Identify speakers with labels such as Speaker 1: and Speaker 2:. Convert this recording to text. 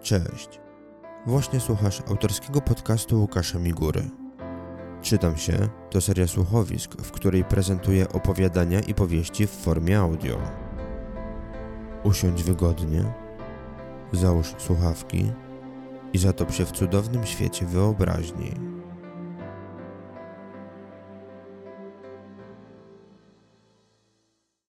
Speaker 1: Cześć. Właśnie słuchasz autorskiego podcastu Łukasza Migury. Czytam się to seria słuchowisk, w której prezentuję opowiadania i powieści w formie audio. Usiądź wygodnie, załóż słuchawki i zatop się w cudownym świecie wyobraźni.